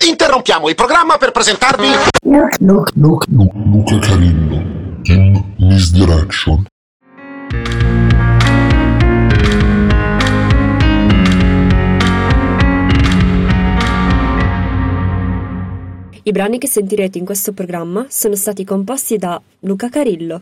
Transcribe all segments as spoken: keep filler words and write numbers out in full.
Interrompiamo il programma per presentarvi Luca, Luca, Luca, Luca Carillo in Misdirection. I brani che sentirete in questo programma sono stati composti da Luca Carillo.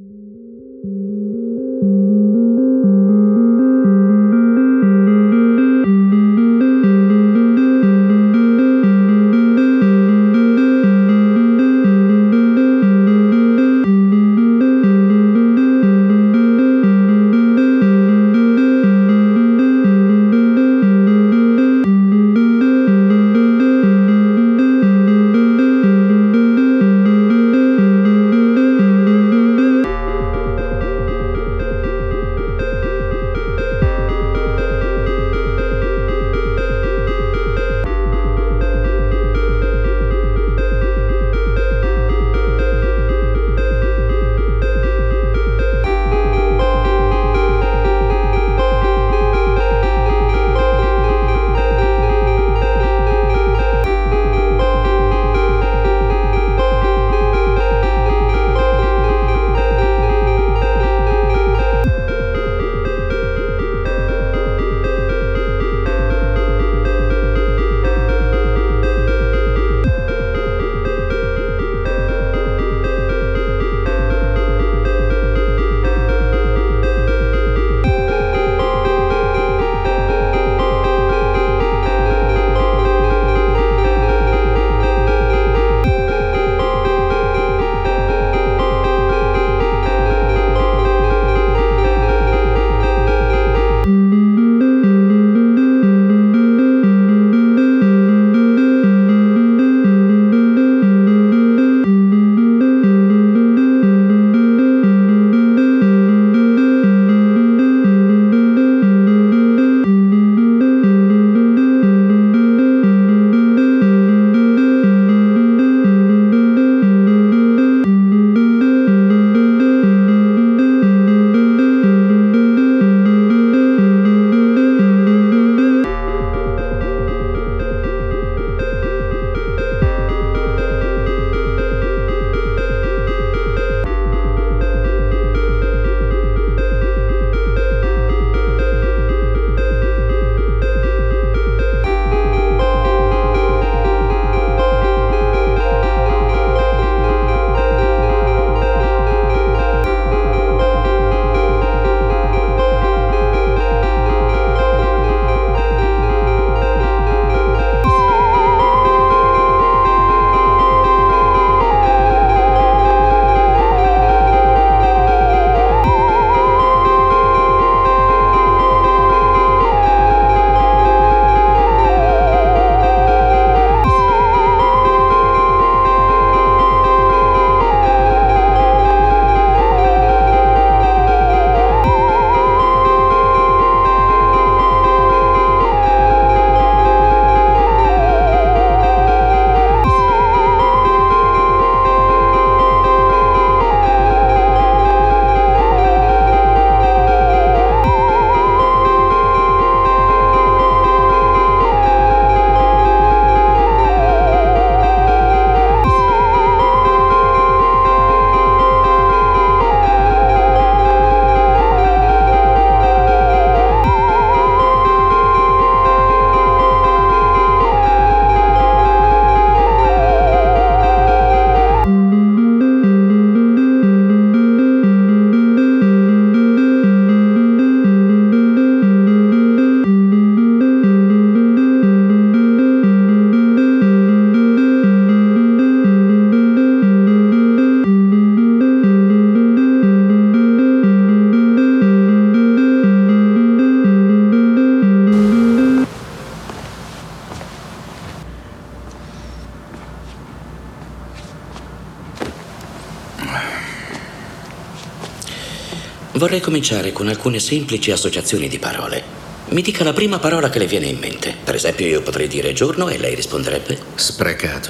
Vorrei cominciare con alcune semplici associazioni di parole. Mi dica la prima parola che le viene in mente. Per esempio, io potrei dire giorno e lei risponderebbe? Sprecato.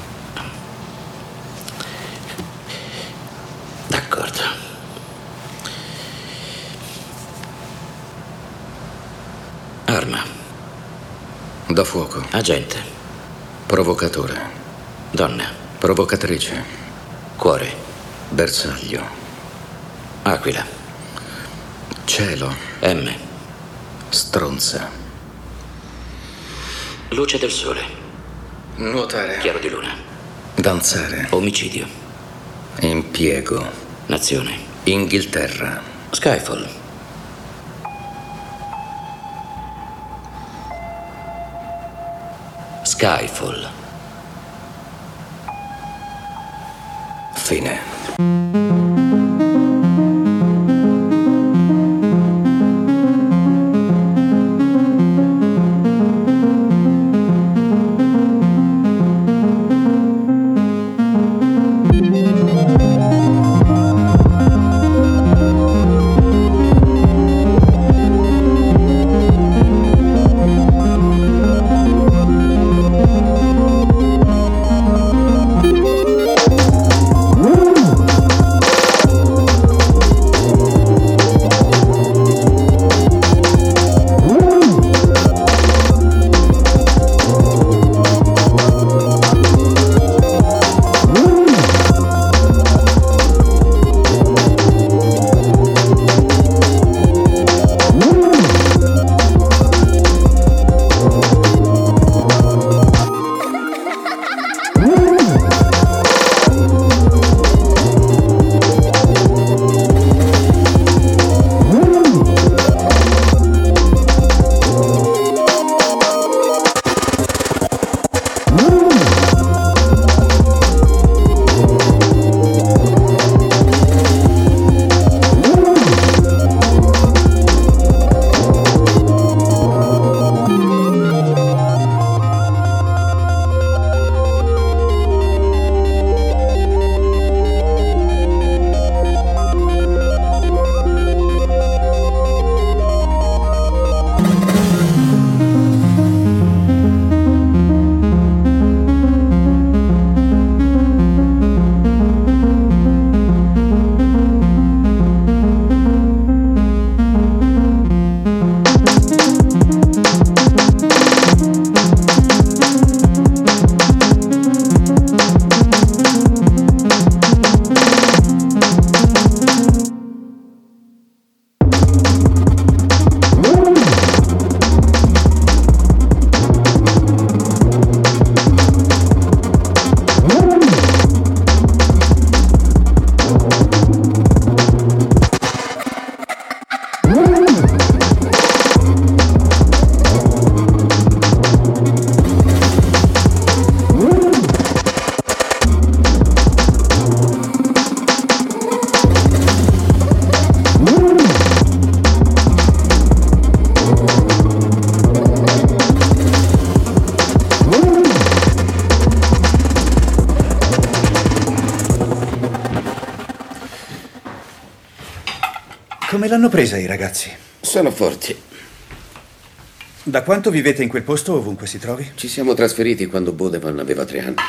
D'accordo. Arma. Da fuoco. Agente. Provocatore. Donna. Provocatrice. Cuore. Bersaglio. Aquila. Cielo. M. Stronza. Luce del sole. Nuotare. Chiaro di luna. Danzare. Omicidio. Impiego. Nazione. Inghilterra. Skyfall. Skyfall. Fine. Come l'hanno presa i ragazzi? Sono forti. Da quanto vivete in quel posto, ovunque si trovi? Ci siamo trasferiti quando Bodevan aveva tre anni.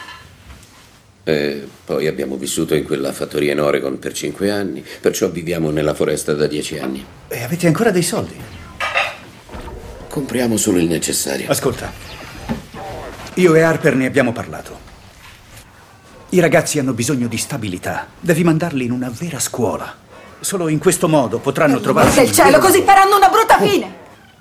E poi abbiamo vissuto in quella fattoria in Oregon per cinque anni, perciò viviamo nella foresta da dieci anni. E avete ancora dei soldi? Compriamo solo il necessario. Ascolta, io e Harper ne abbiamo parlato. I ragazzi hanno bisogno di stabilità. Devi mandarli in una vera scuola. Solo in questo modo potranno trovare... Del cielo, così faranno una brutta fine!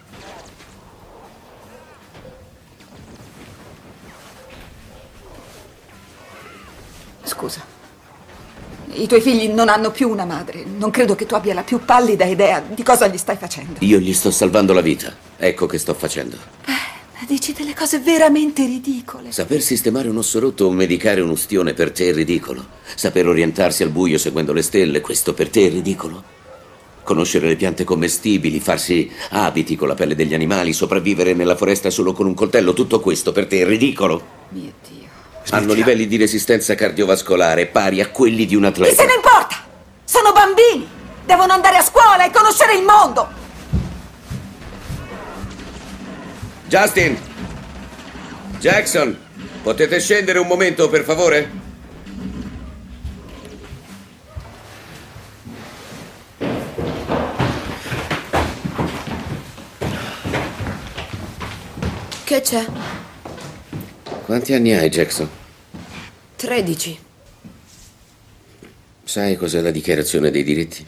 Scusa. I tuoi figli non hanno più una madre. Non credo che tu abbia la più pallida idea di cosa gli stai facendo. Io gli sto salvando la vita. Ecco che sto facendo. Beh, dici delle cose veramente ridicole. Saper sistemare un osso rotto o medicare un ustione per te è ridicolo. Saper orientarsi al buio seguendo le stelle, questo per te è ridicolo. Conoscere le piante commestibili, farsi abiti con la pelle degli animali, sopravvivere nella foresta solo con un coltello, tutto questo per te è ridicolo. Mio Dio. Hanno livelli di resistenza cardiovascolare pari a quelli di un atleta. Chi se ne importa? Sono bambini! Devono andare a scuola e conoscere il mondo! Justin! Jackson! Potete scendere un momento, per favore? Che c'è? Quanti anni hai, Jackson? tredici. Sai cos'è la dichiarazione dei diritti?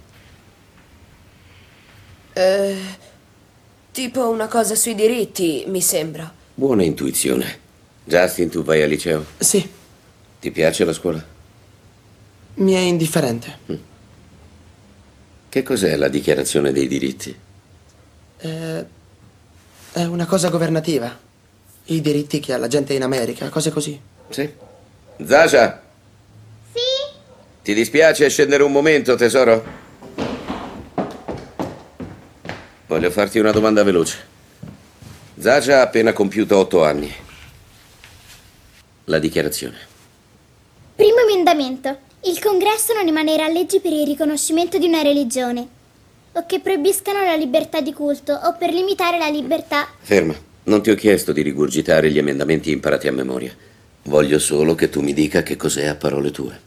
Eh, tipo una cosa sui diritti, mi sembra. Buona intuizione. Justin, tu vai al liceo? Sì. Ti piace la scuola? Mi è indifferente. Mm. Che cos'è la dichiarazione dei diritti? Eh, è una cosa governativa. I diritti che ha la gente in America, cose così. Sì. Zasha? Sì? Ti dispiace scendere un momento, tesoro? Voglio farti una domanda veloce. Zasha ha appena compiuto otto anni. La dichiarazione. Primo emendamento. Il congresso non emanerà leggi per il riconoscimento di una religione o che proibiscano la libertà di culto o per limitare la libertà. Ferma. Non ti ho chiesto di rigurgitare gli emendamenti imparati a memoria. Voglio solo che tu mi dica che cos'è a parole tue.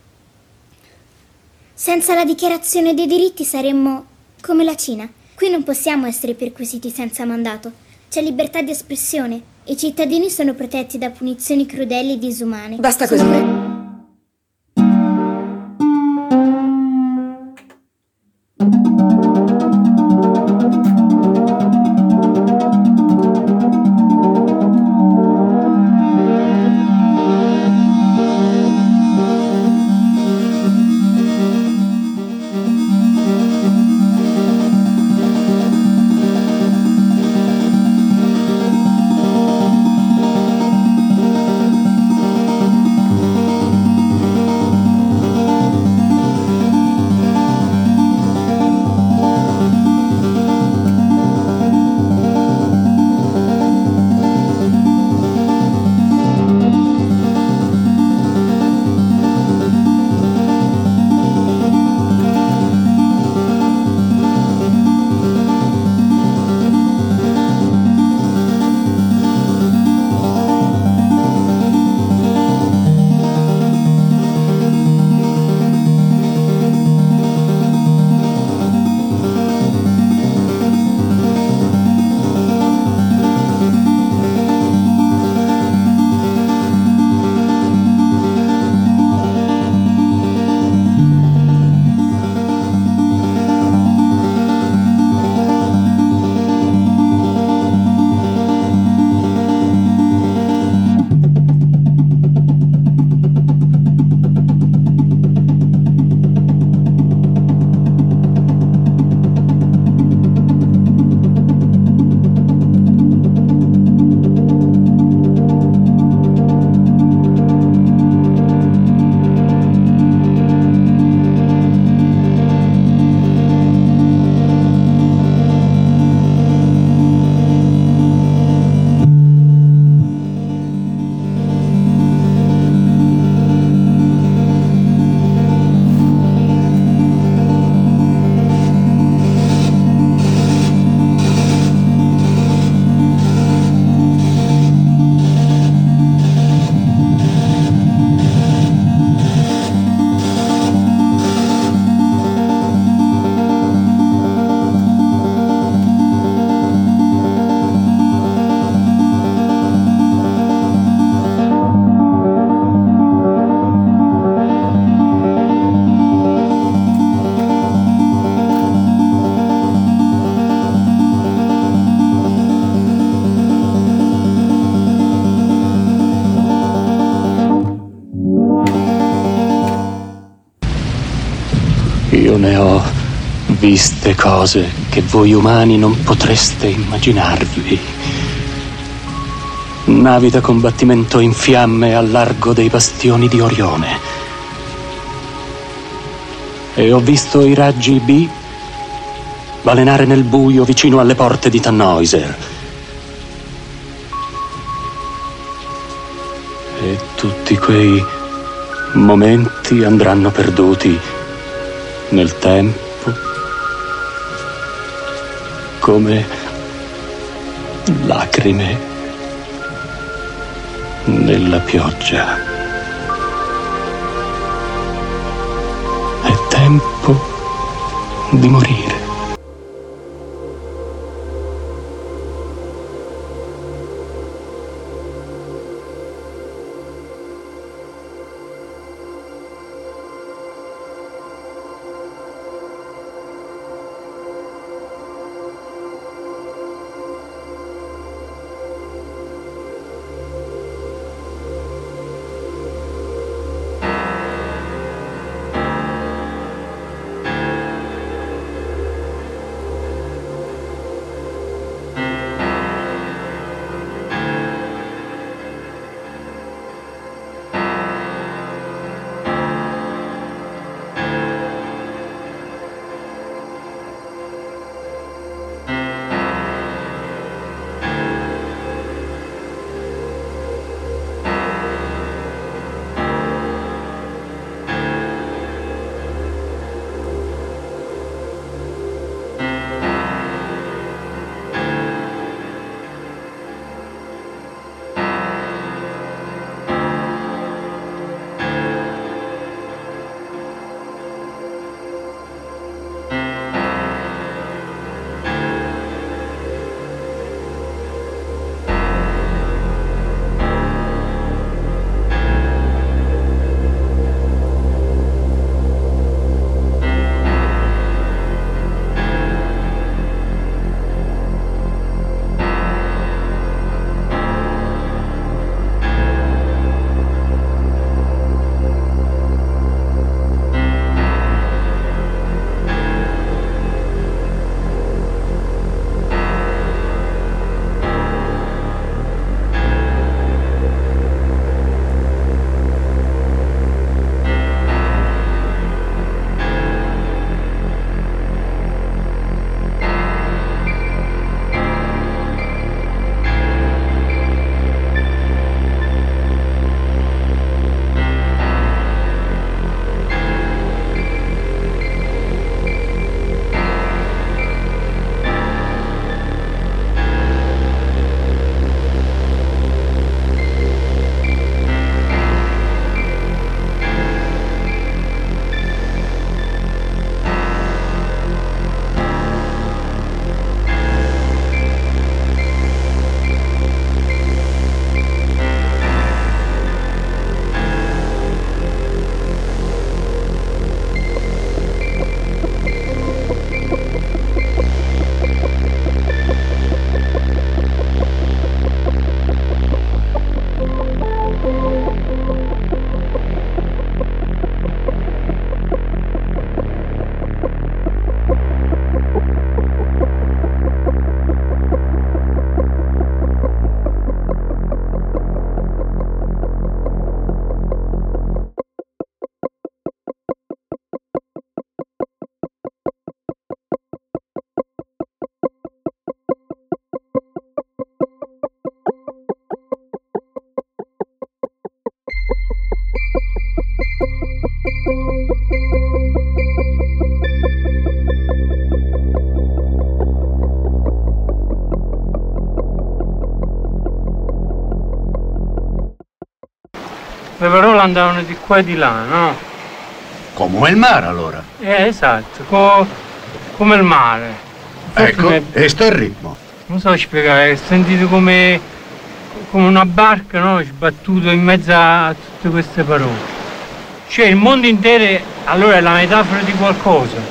Senza la dichiarazione dei diritti saremmo come la Cina. Qui non possiamo essere perquisiti senza mandato. C'è libertà di espressione. I cittadini sono protetti da punizioni crudeli e disumane. Basta così. Sono... Io ne ho viste cose che voi umani non potreste immaginarvi. Navi da combattimento in fiamme al largo dei bastioni di Orione. E ho visto i raggi B balenare nel buio vicino alle porte di Tannhäuser. E tutti quei momenti andranno perduti nel tempo, come lacrime nella pioggia. È tempo di morire. le parole andavano di qua e di là, no? Come il mare, allora? Eh, esatto, co- come il mare. Infatti ecco, me... e sto il ritmo. Non so spiegare, ho sentito come, come una barca, no? Sbattuto in mezzo a tutte queste parole. Cioè il mondo intero allora è la metafora di qualcosa.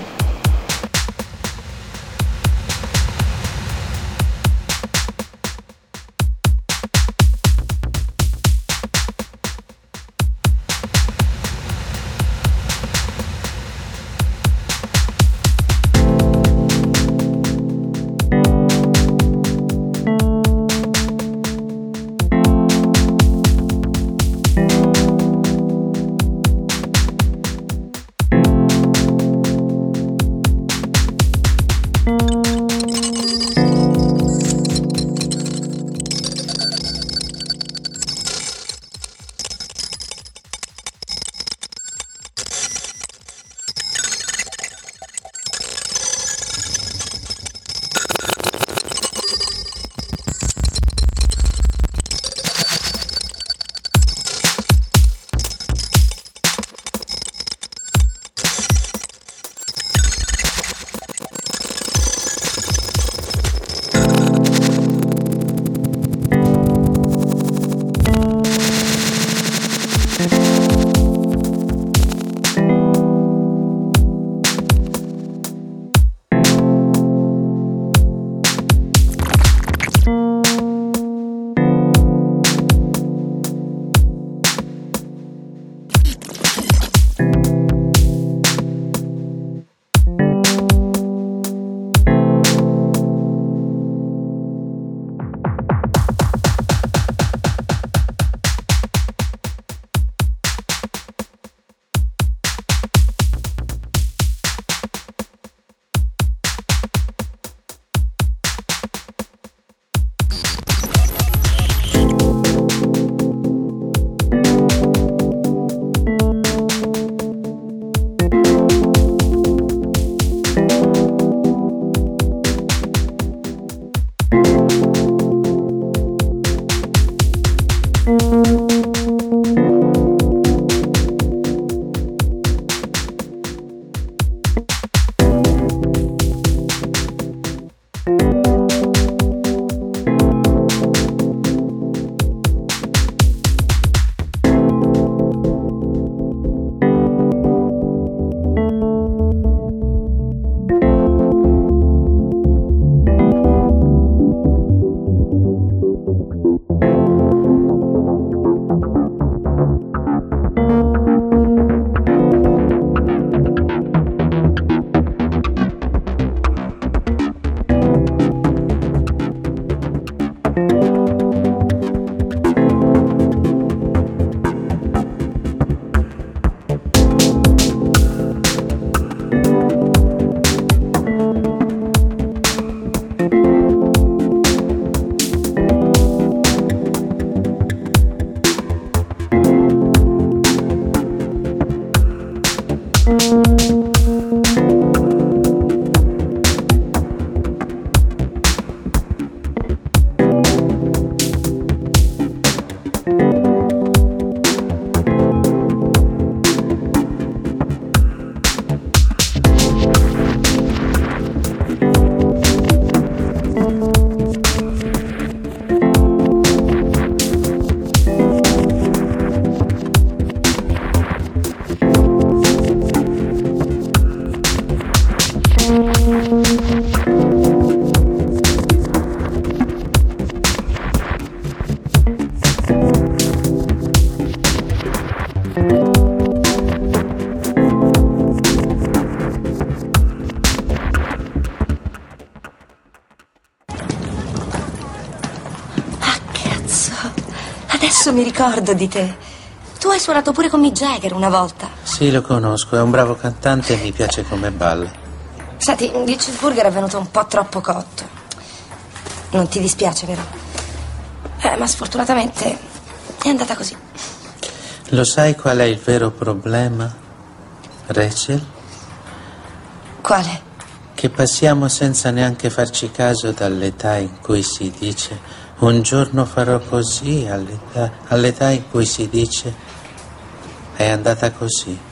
Adesso mi ricordo di te. Tu hai suonato pure con Mick Jagger una volta. Sì, lo conosco, è un bravo cantante e mi piace come balla. Senti, il cheeseburger è venuto un po' troppo cotto. Non ti dispiace, vero? Eh, ma sfortunatamente è andata così. Lo sai qual è il vero problema, Rachel? Quale? Che passiamo senza neanche farci caso dall'età in cui si dice Un giorno farò così, all'età, all'età in cui si dice è andata così.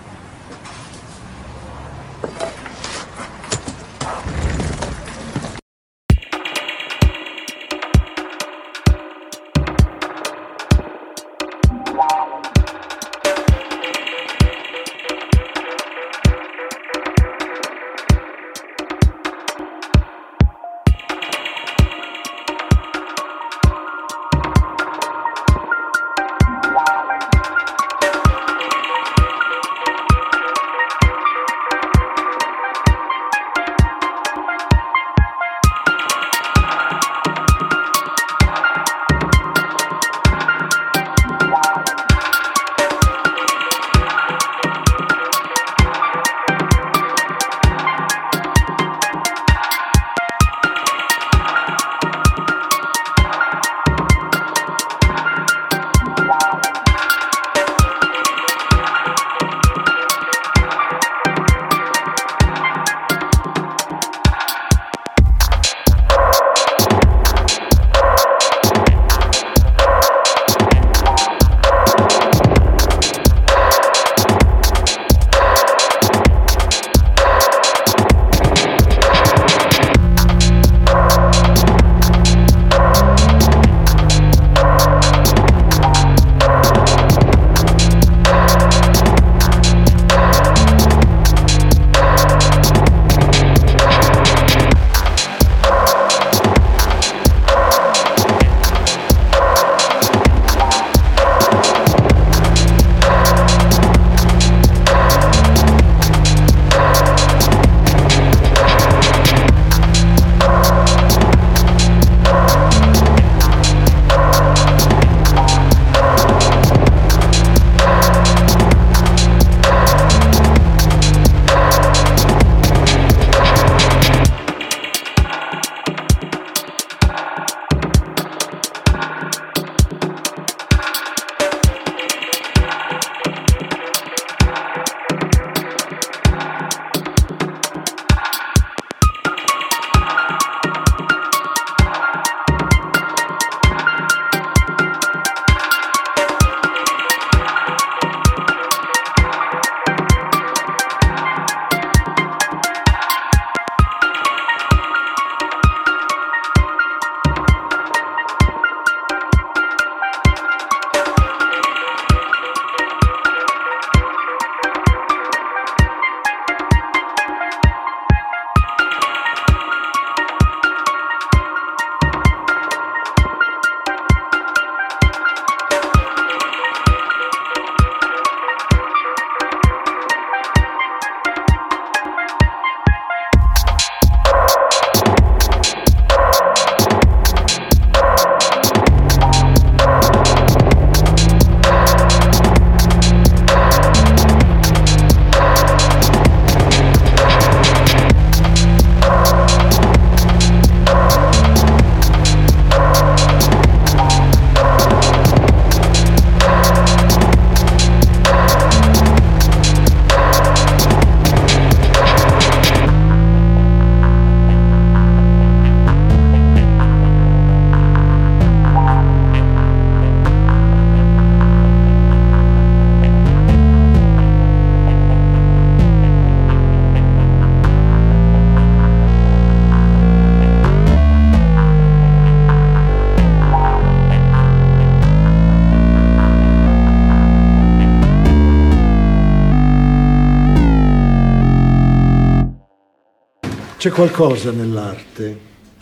C'è qualcosa nell'arte,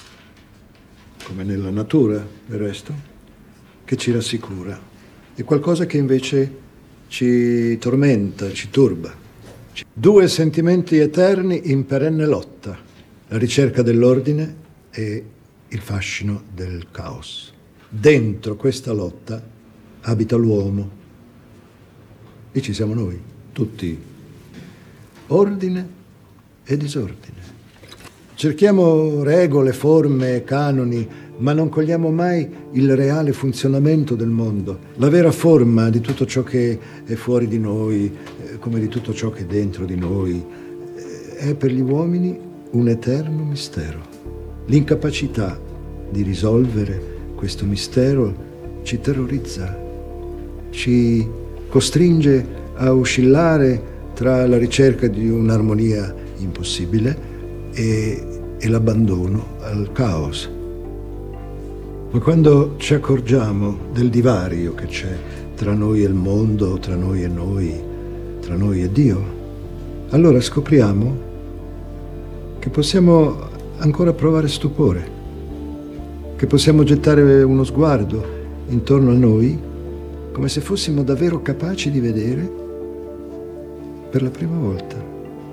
come nella natura del resto, che ci rassicura e qualcosa che invece ci tormenta, ci turba. Due sentimenti eterni in perenne lotta, la ricerca dell'ordine e il fascino del caos. Dentro questa lotta abita l'uomo e ci siamo noi, tutti. Ordine e disordine. Cerchiamo regole, forme, canoni, ma non cogliamo mai il reale funzionamento del mondo, la vera forma di tutto ciò che è fuori di noi, come di tutto ciò che è dentro di noi. È per gli uomini un eterno mistero. L'incapacità di risolvere questo mistero ci terrorizza, ci costringe a oscillare tra la ricerca di un'armonia impossibile e, e l'abbandono al caos. Ma quando ci accorgiamo del divario che c'è tra noi e il mondo, tra noi e noi, tra noi e Dio, allora scopriamo che possiamo ancora provare stupore, che possiamo gettare uno sguardo intorno a noi come se fossimo davvero capaci di vedere per la prima volta.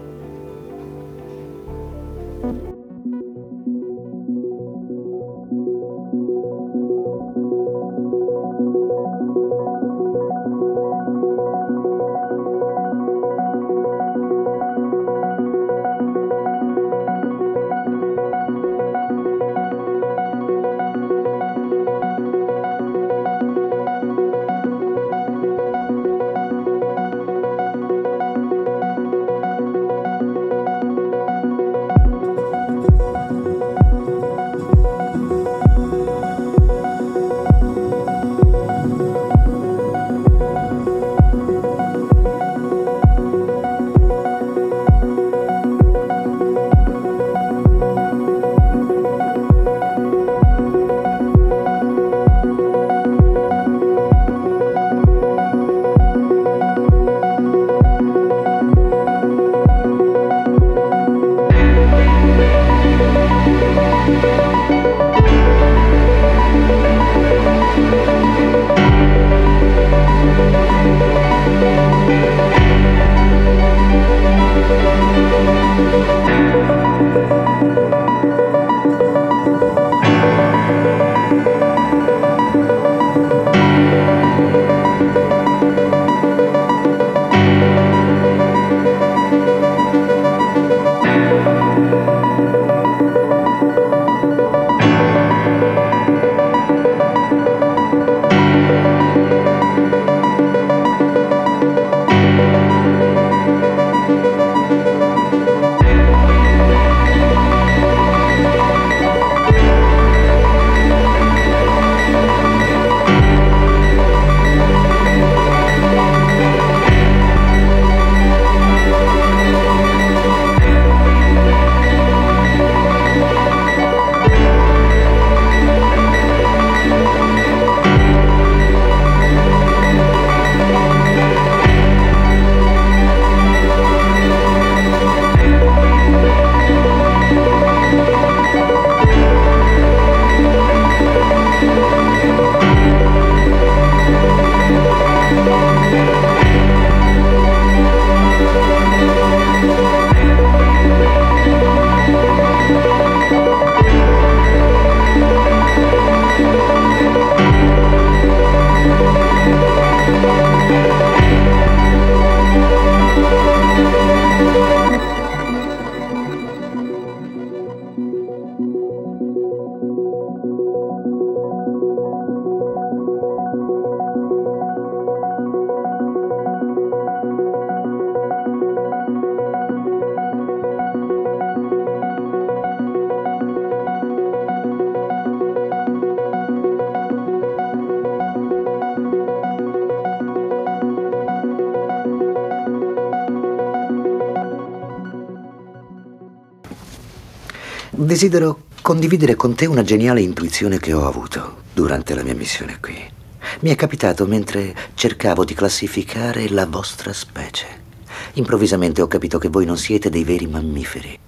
Desidero condividere con te una geniale intuizione che ho avuto durante la mia missione qui. Mi è capitato mentre cercavo di classificare la vostra specie. Improvvisamente ho capito che voi non siete dei veri mammiferi.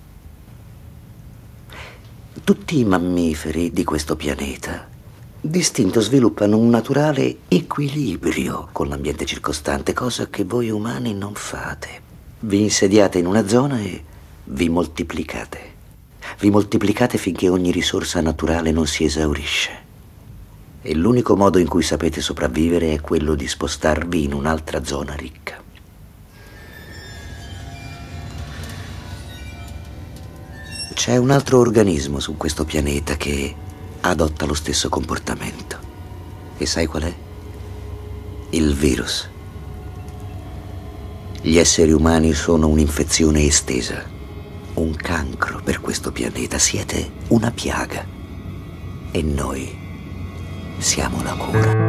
Tutti i mammiferi di questo pianeta d'istinto sviluppano un naturale equilibrio con l'ambiente circostante, cosa che voi umani non fate. Vi insediate in una zona e vi moltiplicate. Vi moltiplicate finché ogni risorsa naturale non si esaurisce. E l'unico modo in cui sapete sopravvivere è quello di spostarvi in un'altra zona ricca. C'è un altro organismo su questo pianeta che adotta lo stesso comportamento. E sai qual è? Il virus. Gli esseri umani sono un'infezione estesa, un cancro per questo pianeta. Siete una piaga. E noi siamo la cura.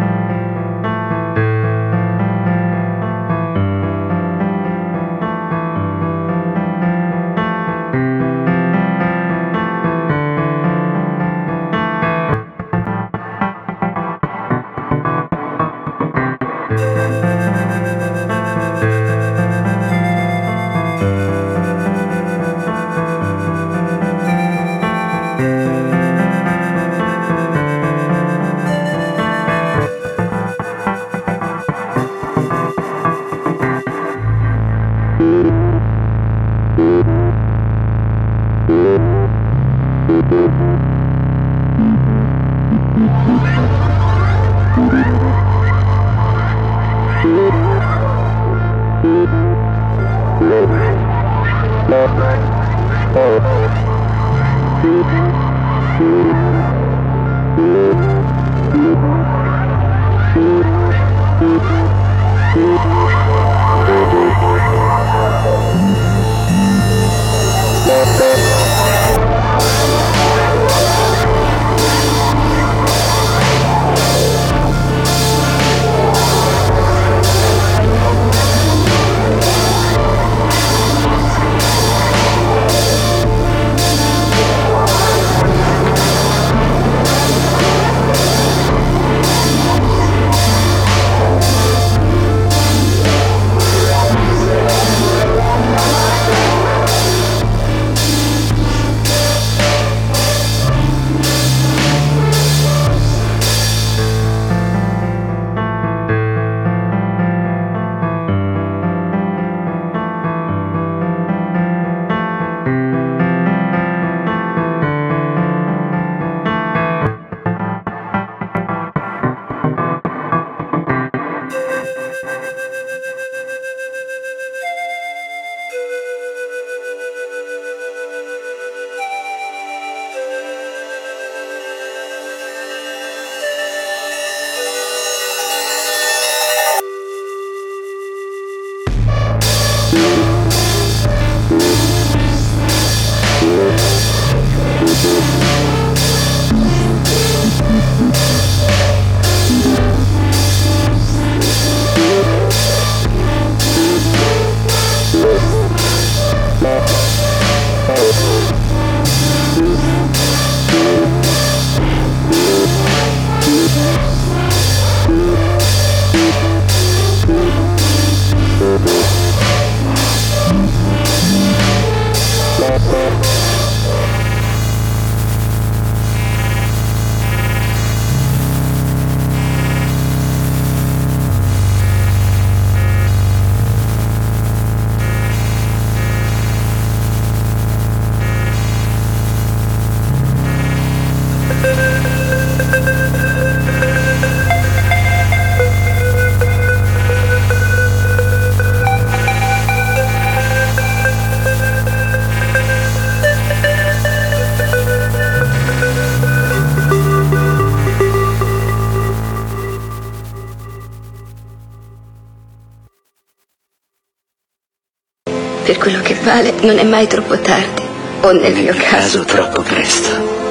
Per quello che vale, non è mai troppo tardi, o nel, nel mio caso, caso troppo presto,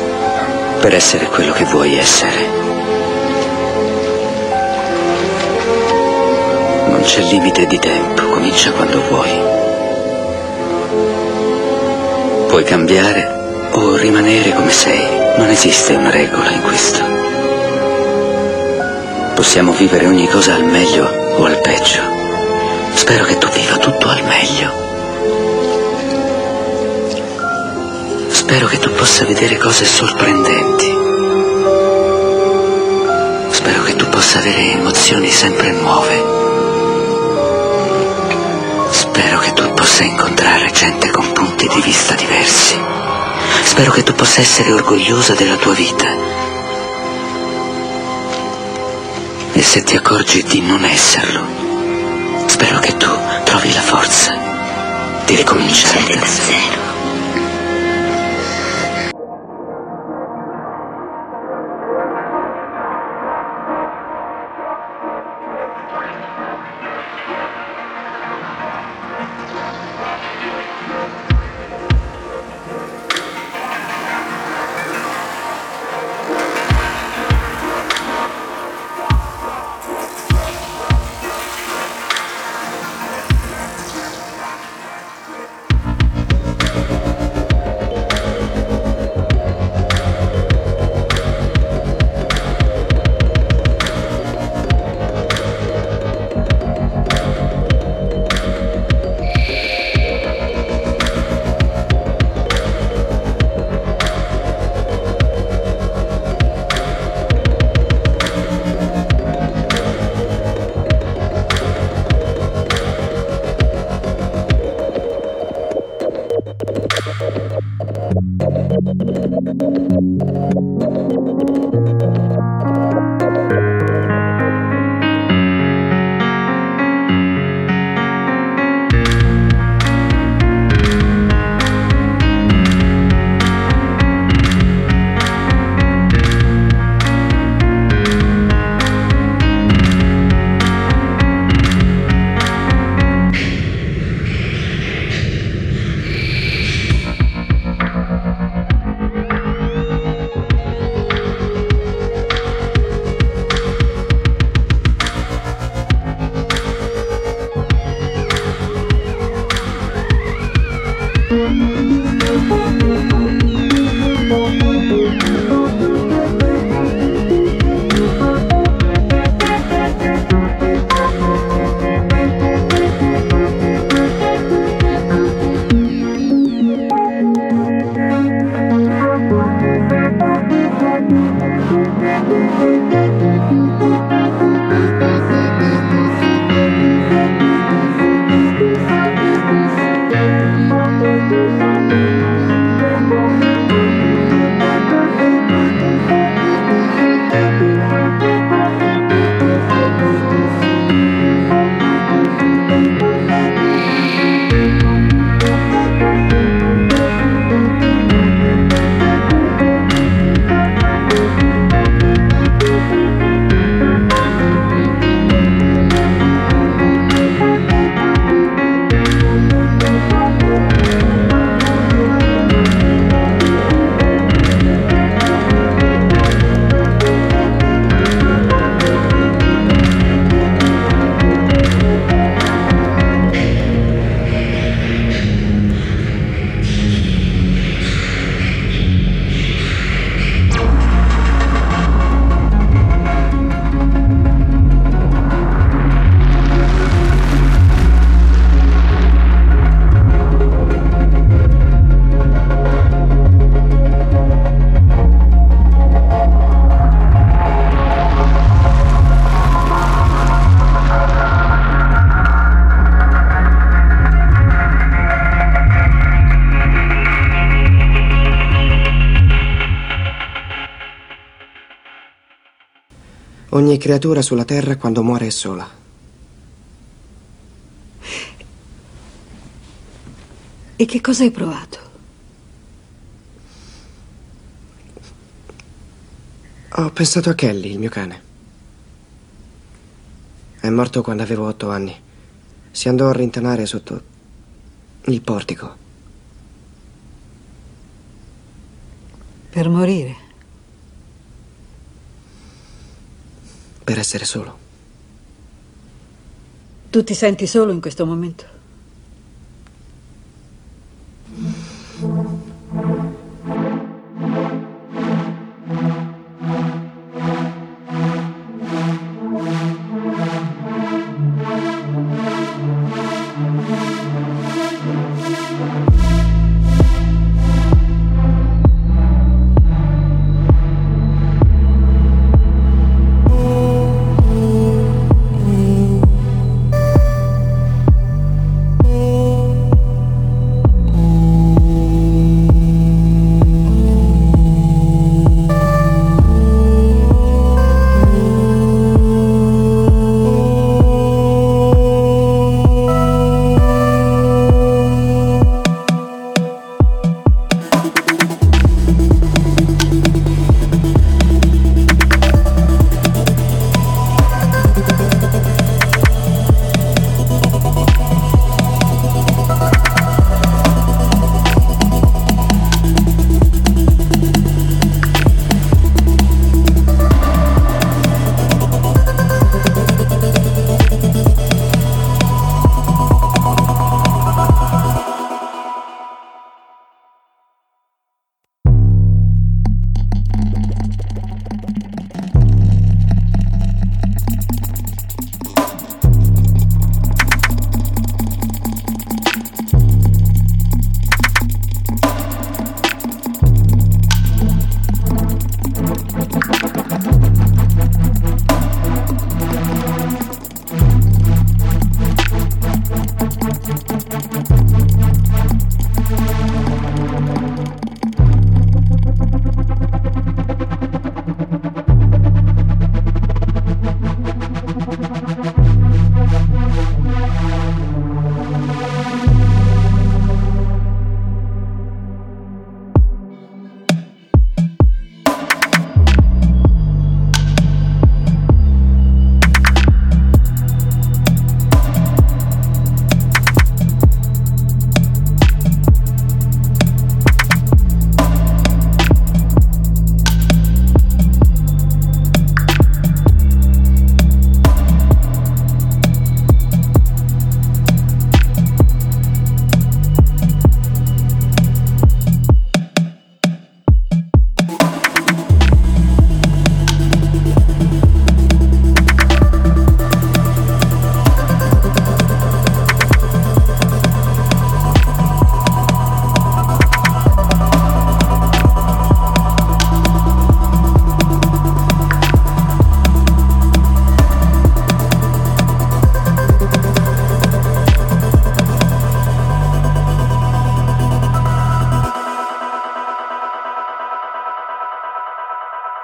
per essere quello che vuoi essere. Non c'è limite di tempo, comincia quando vuoi. Puoi cambiare o rimanere come sei, non esiste una regola in questo. Possiamo vivere ogni cosa al meglio o al peggio. Spero che tu viva tutto al meglio. Spero che tu possa vedere cose sorprendenti. Spero che tu possa avere emozioni sempre nuove. Spero che tu possa incontrare gente con punti di vista diversi. Spero che tu possa essere orgogliosa della tua vita. E se ti accorgi di non esserlo, spero che tu trovi la forza di ricominciare da zero. Ogni creatura sulla terra quando muore è sola. E che cosa hai provato? Ho pensato a Kelly, il mio cane. È morto quando avevo otto anni. Si andò a rintanare sotto il portico. Per morire? Per essere solo. Tu ti senti solo in questo momento?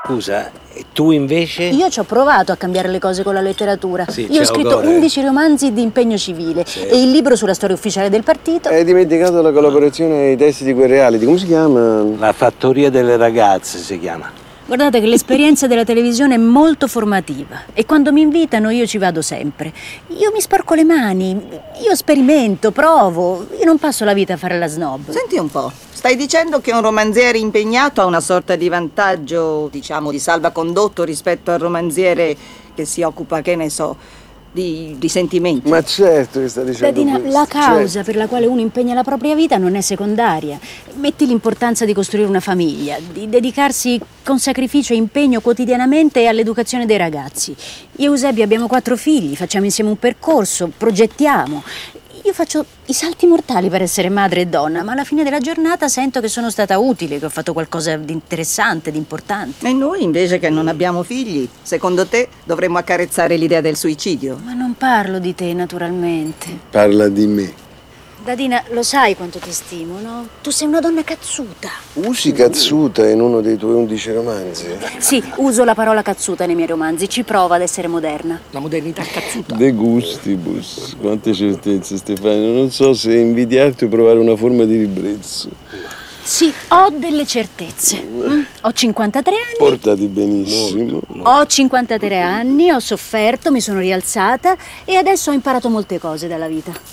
Scusa, e tu invece? Io ci ho provato a cambiare le cose con la letteratura. Sì, Io ho ciao, scritto Core. undici romanzi di impegno civile Sì. e il libro sulla storia ufficiale del partito. Hai dimenticato la collaborazione ai testi di quei reality, come si chiama? La fattoria delle ragazze si chiama. Guardate che l'esperienza della televisione è molto formativa e quando mi invitano io ci vado sempre. Io mi sporco le mani, io sperimento, provo, io non passo la vita a fare la snob. Senti un po', stai dicendo che un romanziere impegnato ha una sorta di vantaggio, diciamo, di salvacondotto rispetto al romanziere che si occupa, che ne so, di, di sentimenti? Ma certo che sta dicendo Dadina, questo, la causa certo. per la quale uno impegna la propria vita non è secondaria. Metti l'importanza di costruire una famiglia, di dedicarsi con sacrificio e impegno quotidianamente all'educazione dei ragazzi. Io e Eusebio abbiamo quattro figli, facciamo insieme un percorso, progettiamo. Io faccio i salti mortali per essere madre e donna, ma alla fine della giornata sento che sono stata utile, che ho fatto qualcosa di interessante, di importante. E noi, invece che non abbiamo figli, secondo te dovremmo accarezzare l'idea del suicidio? Ma non parlo di te, naturalmente. Parla di me. Dadina, lo sai quanto ti stimo, no? Tu sei una donna cazzuta. Usi cazzuta in uno dei tuoi undici romanzi? Sì, uso la parola cazzuta nei miei romanzi, ci provo ad essere moderna. La modernità cazzuta. De gustibus, quante certezze, Stefano. Non so se invidiarti o provare una forma di ribrezzo. Sì, ho delle certezze. Mm? Ho cinquantatré anni. Portati benissimo. Ho cinquantatré anni, ho sofferto, mi sono rialzata e adesso ho imparato molte cose dalla vita.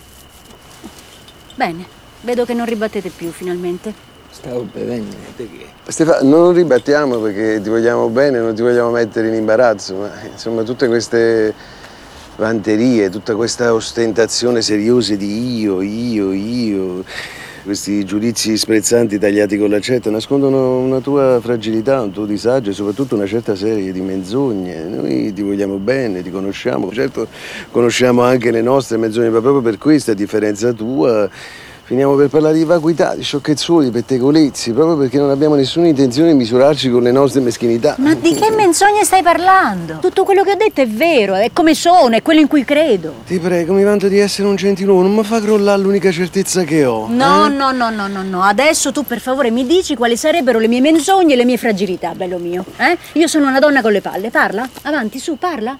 Bene, vedo che non ribattete più finalmente. Stavo bevendo, perché? Stefano, non ribattiamo perché ti vogliamo bene, non ti vogliamo mettere in imbarazzo, ma insomma tutte queste vanterie, tutta questa ostentazione seriosa di io, io, io, questi giudizi sprezzanti tagliati con l'accetta nascondono una tua fragilità, un tuo disagio e soprattutto una certa serie di menzogne. Noi ti vogliamo bene, ti conosciamo, certo conosciamo anche le nostre menzogne, ma proprio per questo, a differenza tua, finiamo per parlare di vacuità, di sciocchezzuoli, di pettegolezzi, proprio perché non abbiamo nessuna intenzione di misurarci con le nostre meschinità. Ma di che menzogne stai parlando? Tutto quello che ho detto è vero, è come sono, è quello in cui credo. Ti prego, mi vanto di essere un gentiluomo, non mi fa crollare l'unica certezza che ho. No, eh? no, no, no, no, no. Adesso tu per favore mi dici quali sarebbero le mie menzogne e le mie fragilità, bello mio. Eh? Io sono una donna con le palle, parla? Avanti, su, parla.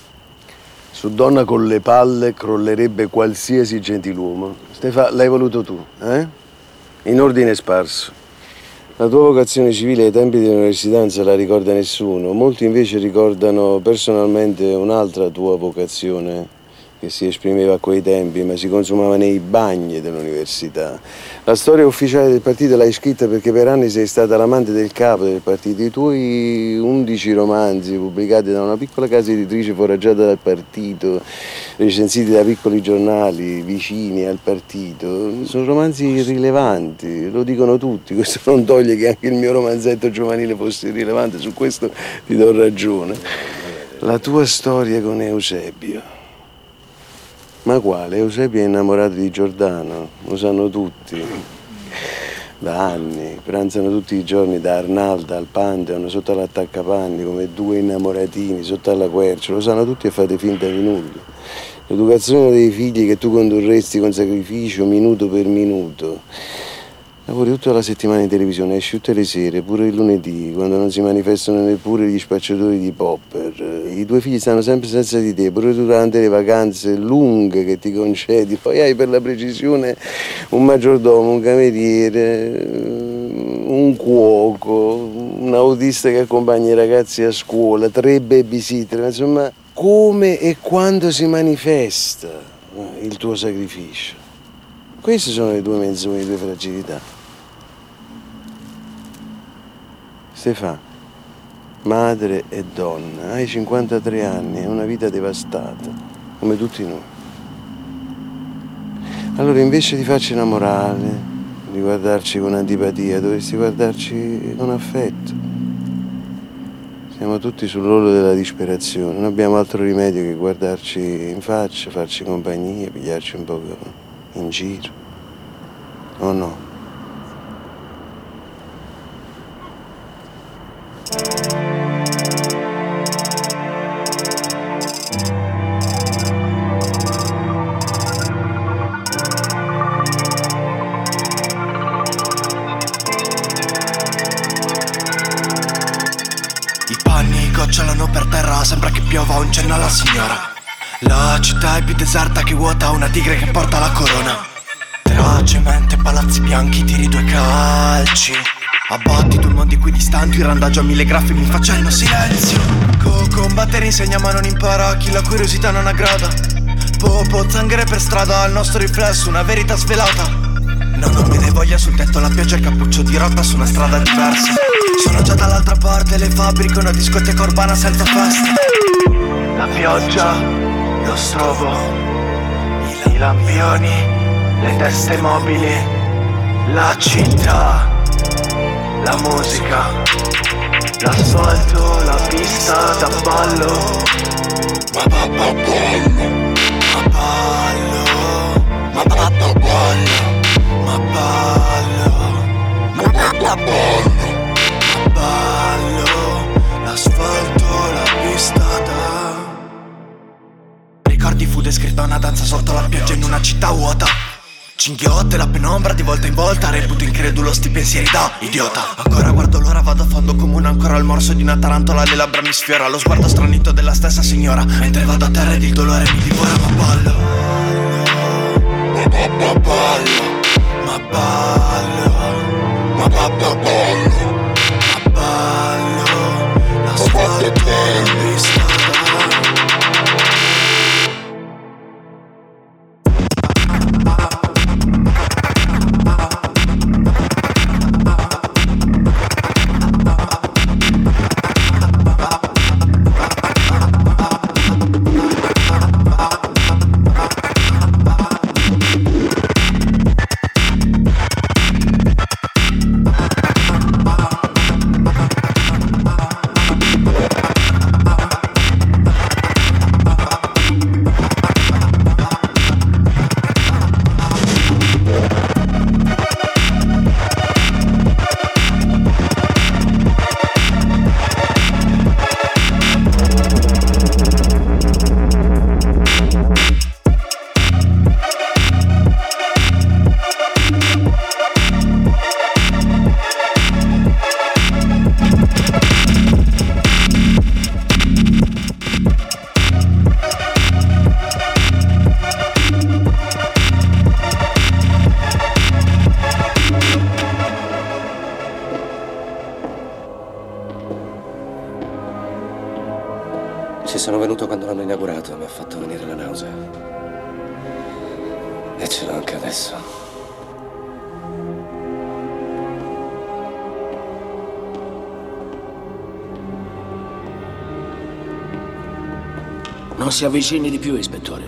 Su donna con le palle crollerebbe qualsiasi gentiluomo. Stefano, l'hai voluto tu, eh? In ordine sparso. La tua vocazione civile ai tempi dell'università non se la ricorda nessuno. Molti invece ricordano personalmente un'altra tua vocazione che si esprimeva a quei tempi, ma si consumava nei bagni dell'università. La storia ufficiale del partito l'hai scritta perché per anni sei stata l'amante del capo del partito. I tuoi undici romanzi, pubblicati da una piccola casa editrice foraggiata dal partito, recensiti da piccoli giornali vicini al partito, sono romanzi irrilevanti, lo dicono tutti. Questo non toglie che anche il mio romanzetto giovanile fosse irrilevante, su questo ti do ragione. La tua storia con Eusebio. Ma quale? Eusebio è innamorato di Giordano, lo sanno tutti. Da anni, pranzano tutti i giorni da Arnalda al Pantheon, sotto all'attaccapanni, come due innamoratini, sotto alla quercia, lo sanno tutti e fate finta di nulla. L'educazione dei figli che tu condurresti con sacrificio, minuto per minuto. Lavori tutta la settimana in televisione, esci tutte le sere, pure il lunedì, quando non si manifestano neppure gli spacciatori di popper. I tuoi figli stanno sempre senza di te, pure durante le vacanze lunghe che ti concedi. Poi hai per la precisione un maggiordomo, un cameriere, un cuoco, un autista che accompagna i ragazzi a scuola, tre babysitter. Insomma, come e quando si manifesta il tuo sacrificio? Queste sono le tue menzogne, le tue fragilità. Stefano, madre e donna, hai cinquantatré anni, è una vita devastata, come tutti noi. Allora invece di farci innamorare, di guardarci con antipatia, dovresti guardarci con affetto. Siamo tutti sull'orlo della disperazione, non abbiamo altro rimedio che guardarci in faccia, farci compagnia, pigliarci un po' in giro. O no? terra, sembra che piova un cenno alla signora. La città è più deserta che vuota, una tigre che porta la corona. Tra cemento e palazzi bianchi tiri due calci. Abbatti due mondi equidistanti, il randaggio a mille graffi mi facendo silenzio. Co combattere insegna ma non impara, chi la curiosità non aggrada. Popo, zanghere per strada, al nostro riflesso una verità svelata. No, non me ne voglia sul tetto la pioggia e il cappuccio di rotta su una strada diversa. Sono già dall'altra parte, le fabbriche, una discoteca urbana senza festa. La pioggia, lo strobo, i lampioni, le teste mobili, la città, la musica, l'asfalto, la pista da ballo. Ma papà ballo, ma ballo, ma papà ballo. Ma ballo, ma ballo, ma ballo, l'asfalto, la pista da... Ricordi fu descritta una danza sotto la pioggia in una città vuota. Cinghiotte, la penombra di volta in volta, reputo incredulo sti pensieri da idiota. Ancora guardo l'ora, vado a fondo comune, ancora il morso di una tarantola, le labbra mi sfiora, lo sguardo stranito della stessa signora. Mentre vado a terra ed il dolore mi divora, ma ballo, ma ballo, ballo. Ma ballo, ma papà ballo, ma ballo, l'asfalto, la pista Sono venuto quando l'hanno inaugurato, mi ha fatto venire la nausea. E ce l'ho anche adesso. Non si avvicini di più, ispettore.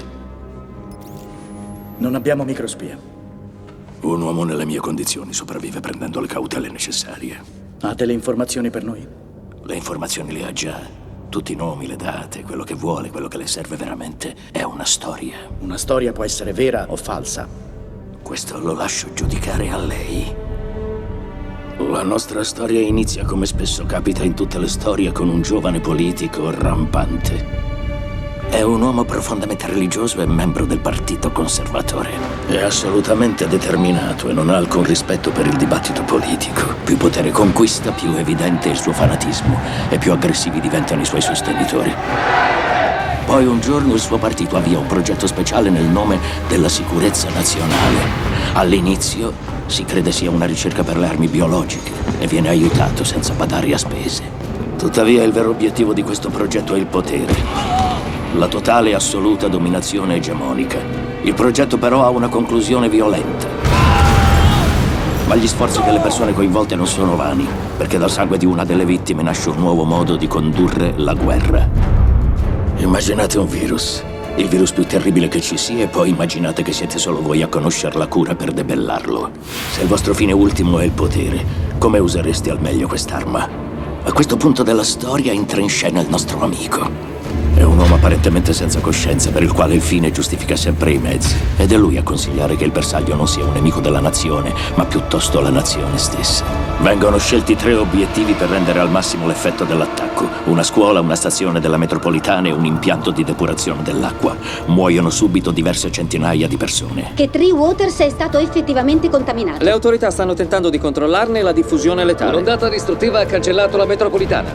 Non abbiamo microspia. Un uomo nelle mie condizioni sopravvive prendendo le cautele necessarie. Ha delle informazioni per noi? Le informazioni le ha già. Tutti i nomi, le date, quello che vuole, quello che le serve veramente. È una storia. Una storia può essere vera o falsa. Questo lo lascio giudicare a lei. La nostra storia inizia, come spesso capita in tutte le storie, con un giovane politico rampante. È un uomo profondamente religioso e membro del Partito Conservatore. È assolutamente determinato e non ha alcun rispetto per il dibattito politico. Più potere conquista, più evidente è il suo fanatismo e più aggressivi diventano i suoi sostenitori. Poi un giorno il suo partito avvia un progetto speciale nel nome della sicurezza nazionale. All'inizio si crede sia una ricerca per le armi biologiche e viene aiutato senza badare a spese. Tuttavia il vero obiettivo di questo progetto è il potere. La totale e assoluta dominazione egemonica. Il progetto però ha una conclusione violenta. Ma gli sforzi delle persone coinvolte non sono vani, perché dal sangue di una delle vittime nasce un nuovo modo di condurre la guerra. Immaginate un virus, il virus più terribile che ci sia, e poi immaginate che siete solo voi a conoscere la cura per debellarlo. Se il vostro fine ultimo è il potere, come usereste al meglio quest'arma? A questo punto della storia entra in scena il nostro amico. È un uomo apparentemente senza coscienza, per il quale il fine giustifica sempre i mezzi. Ed è lui a consigliare che il bersaglio non sia un nemico della nazione, ma piuttosto la nazione stessa. Vengono scelti tre obiettivi per rendere al massimo l'effetto dell'attacco. Una scuola, una stazione della metropolitana e un impianto di depurazione dell'acqua. Muoiono subito diverse centinaia di persone. Che Three Waters è stato effettivamente contaminato. Le autorità stanno tentando di controllarne la diffusione letale. L'ondata distruttiva ha cancellato la metropolitana.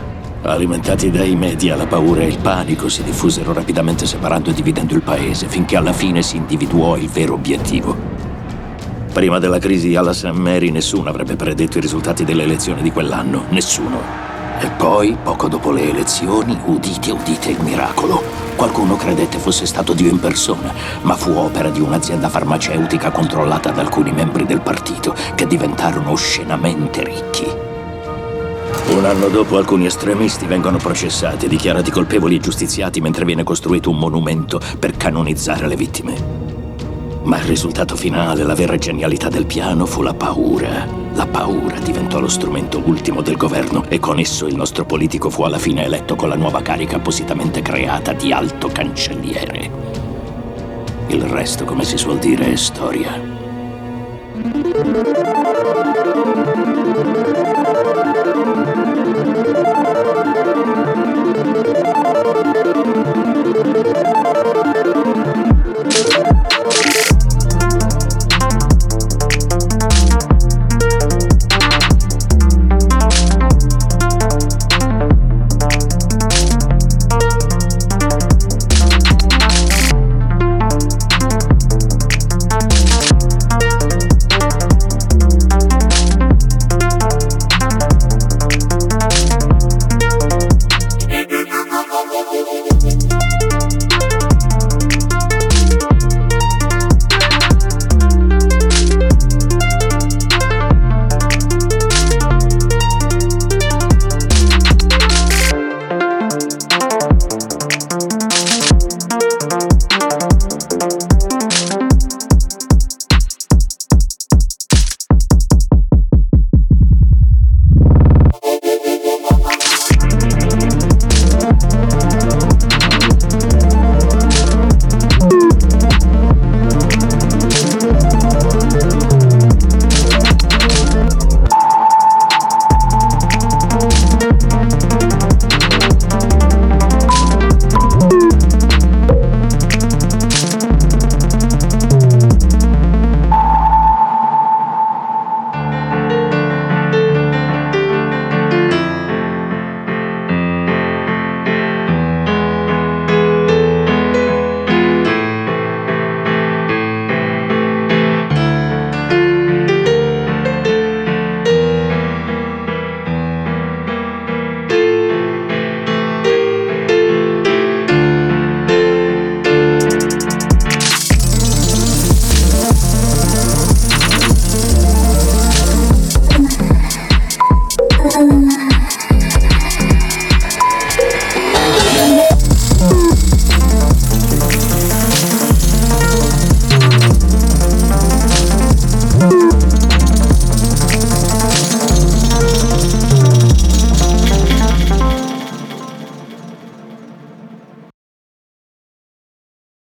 Alimentati dai media, la paura e il panico si diffusero rapidamente separando e dividendo il paese, finché alla fine si individuò il vero obiettivo. Prima della crisi alla Saint Mary nessuno avrebbe predetto i risultati delle elezioni di quell'anno, nessuno. E poi, poco dopo le elezioni, udite udite il miracolo. Qualcuno credette fosse stato Dio in persona, ma fu opera di un'azienda farmaceutica controllata da alcuni membri del partito, che diventarono oscenamente ricchi. Un anno dopo alcuni estremisti vengono processati e dichiarati colpevoli e giustiziati mentre viene costruito un monumento per canonizzare le vittime. Ma il risultato finale, la vera genialità del piano, fu la paura. La paura diventò lo strumento ultimo del governo e con esso il nostro politico fu alla fine eletto con la nuova carica appositamente creata di alto cancelliere. Il resto, come si suol dire, è storia.